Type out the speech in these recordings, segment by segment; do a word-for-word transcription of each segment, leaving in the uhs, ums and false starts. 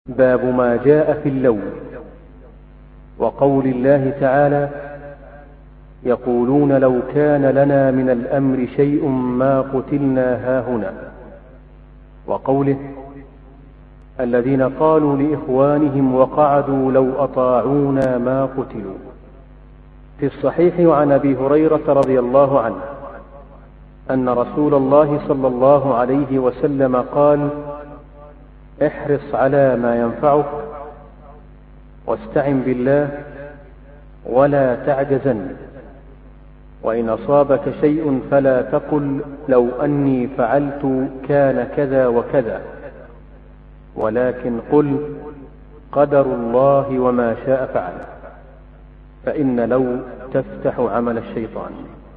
باب ما جاء في اللو. وقول الله تعالى: يقولون لو كان لنا من الأمر شيء ما قتلنا هاهنا. وقوله: الذين قالوا لإخوانهم وقعدوا لو أطاعونا ما قتلوا. في الصحيح عن أبي هريرة رضي الله عنه أن رسول الله صلى الله عليه وسلم قال: احرص على ما ينفعك واستعن بالله ولا تعجزن، وإن أصابك شيء فلا تقل لو أني فعلت كان كذا وكذا، ولكن قل قدر الله وما شاء فعل، فإن لو تفتح عمل الشيطان.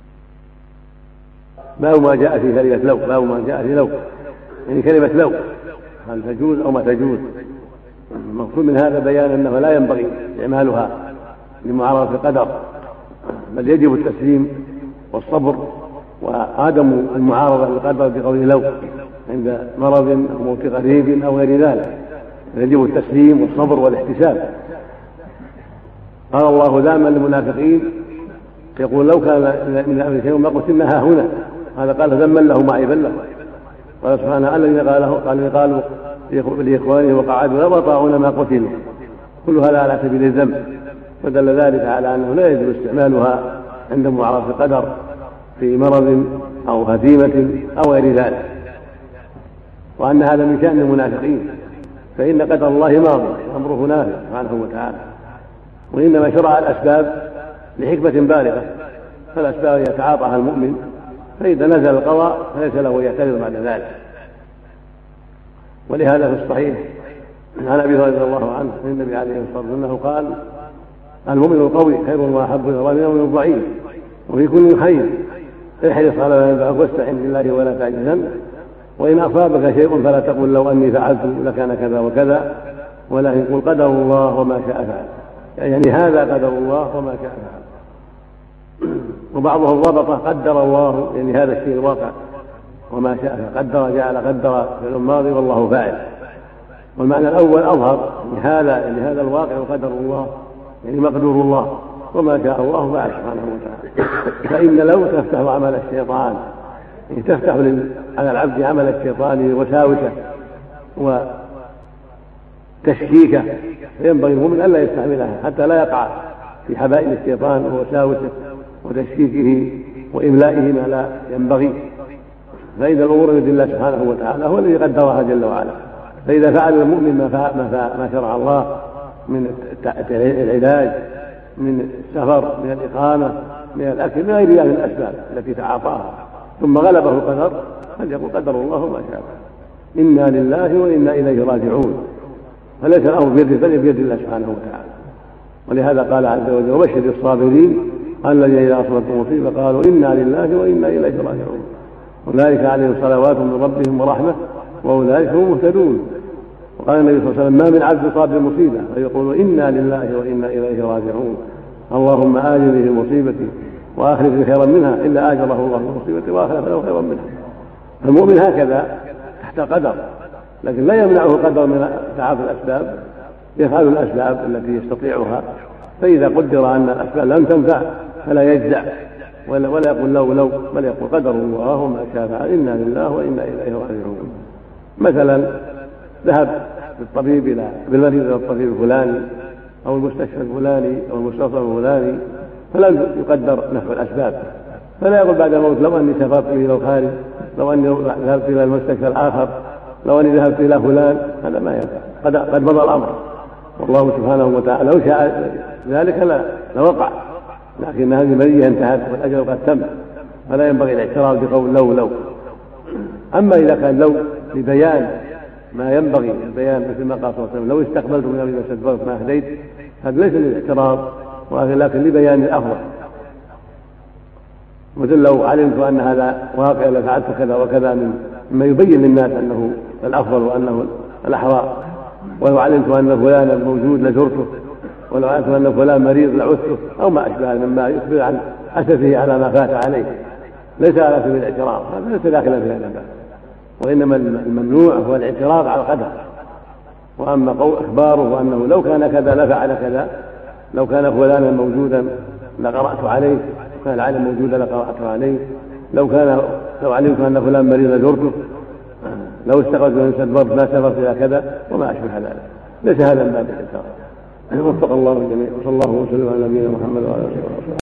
باب ما جاء في كلمة لو. باب ما جاء في لو، يعني كلمة لو هل تجوز أو ما تجوز. المقصود من هذا بيان أنه لا ينبغي إعمالها لمعارضة القدر، بل يجب التسليم والصبر وعدم المعارضة للقدر بقول لو عند مرض أو موت قريب أو غير ذلك. يجب التسليم والصبر والاحتساب. قال الله ذاما للمنافقين يقول: لو كان من الأمر شيء ما قتلنا هاهنا. هذا قال ذما له معيبا له. قال سبحانه: الذين قالوا قالوا لإخوانهم وقعدوا لو أطاعونا ما قتلوا. كل هذا على سبيل الذم، ودل ذلك على أنه لا يجب استعمالها عند معارضة القدر في مرض أو هزيمة أو غير ذلك، وأن هذا من شأن المنافقين، فإن قدر الله ماضي أمره نافذ سبحانه وتعالى، وإنما شرع الأسباب لحكمة بالغة، فالأسباب يتعاطاها المؤمن، فإذا نزل القضاء فليس له يعترض بعد ذلك. ولهذا في الصحيح عن أبي هريرة رضي الله عنه أن النبي عليه الصلاة والسلام أنه قال: المؤمن القوي خير وأحب إلى الله من المؤمن الضعيف، وفي كل خير احرص على ما ينفعك واستعن بالله ولا تعجزن، وإن أصابك شيء فلا تقل لو أني فعلت لكان كذا وكذا، ولكن قل قدر الله وما شاء فعل. يعني هذا قدر الله وما شاء فعل. وبعضهم ضبط قدر الله، يعني هذا الشيء الواقع، وما شاء قدر جعل قدر في الماضي والله فاعل. والمعنى الأول أظهر، يعني هذا يعني هذا الواقع وقدر الله، يعني مقدور الله، وما شاء الله فعل سبحانه وتعالى. فإن لو تفتح عمل الشيطان، يعني تفتح على العبد عمل الشيطان وساوسه وتشكيكه، فينبغي المؤمن ألا يستعملها حتى لا يقع في حبائل الشيطان ووساوسه وتشكيكه وإملائه ما لا ينبغي. فإذا الأمور بيد الله سبحانه وتعالى هو الذي قدرها جل وعلا. فإذا فعل المؤمن ما شرع الله من العلاج، من السفر، من الإقامة، من الأكل، من غير ذلك من الأسباب التي تعاطاها، ثم غلبه القدر، فليقل قدر الله ما شاء. إنا لله وإنا إليه راجعون. فليس الأمر بيده بل بيد الله سبحانه وتعالى. ولهذا قال عز وجل: وبشر الصابرين الذين إذا أصابتهم مصيبة قالوا إنا لله وإنا إليه راجعون، أولئك عليهم صلوات من ربهم ورحمة وأولئك هم مهتدون. وقال النبي صلى الله عليه وسلم: ما من عبد يصاب بمصيبة فيقول إنا لله وإنا إليه راجعون، اللهم آجرني في مصيبتي وآخلفني خيرا منها، إلا آجره الله في مصيبتي وآخلف له خيرا منها. فالمؤمن هكذا تحت قدر، لكن لا يمنعه قدر من تعاطي الأسباب، يفعل الأسباب التي يستطيعها. فإذا قدر أن الأسباب لم تنفع فلا يجزع ولا, ولا يقول لو لو بل يقول قدر الله وما شاء فعل، إنا لله وإنا إليه راجعون. مثلا ذهب الطبيب إلى بالمريض إلى الطبيب الفلاني أو المستشفى الفلاني أو المستوصف الفلاني، فلم يقدر نفع الأسباب، فلا يقول بعد الموت لو أني سافرت إلى الخارج، لو أني ذهبت إلى المستشفى الآخر، لو أني ذهبت إلى فلان. هذا ما ينفع، قد, قد مضى الأمر، والله سبحانه وتعالى لو شاء ذلك لوقع، لكن هذه المرية انتهت والأجل قد تم، فلا ينبغي الاعتراض بقول لو لو. أما إذا كان لو لبيان ما ينبغي البيان، مثل ما قال صلى الله عليه وسلم: لو استقبلت من أمري ما استدبرت ما أهديت، هذا ليس للاعتراض ولكن لبيان الأفضل. مثل لو علمت أن هذا واقع لفعلت كذا وكذا، مما يبين للناس أنه الأفضل وأنه الأحرى. ولو علمت أن فلانا موجود لزرته، ولو علمت أن فلان مريض لعثته، أو ما أشبه مما يخبر عن أسفه على ما فات عليه، ليس على سبيل الاعتراض، هذا ليس داخلا في هذا الباب. وإنما الممنوع هو الاعتراض على القدر، وأما إخباره أنه لو كان كذا لفعل كذا، لو كان فلانا موجودا لقرأت عليه، كان العالم موجودا لقرأت عليه، لو كان لو علمت أن فلان مريض لزرته، لو استغرقت من البرد ما سافرت إلى كذا وما أشبه ذلك. ليس هذا من باب الإنكار. وفق الله الجميع، وصلى الله وسلم على نبينا محمد وعلى آله وصحبه.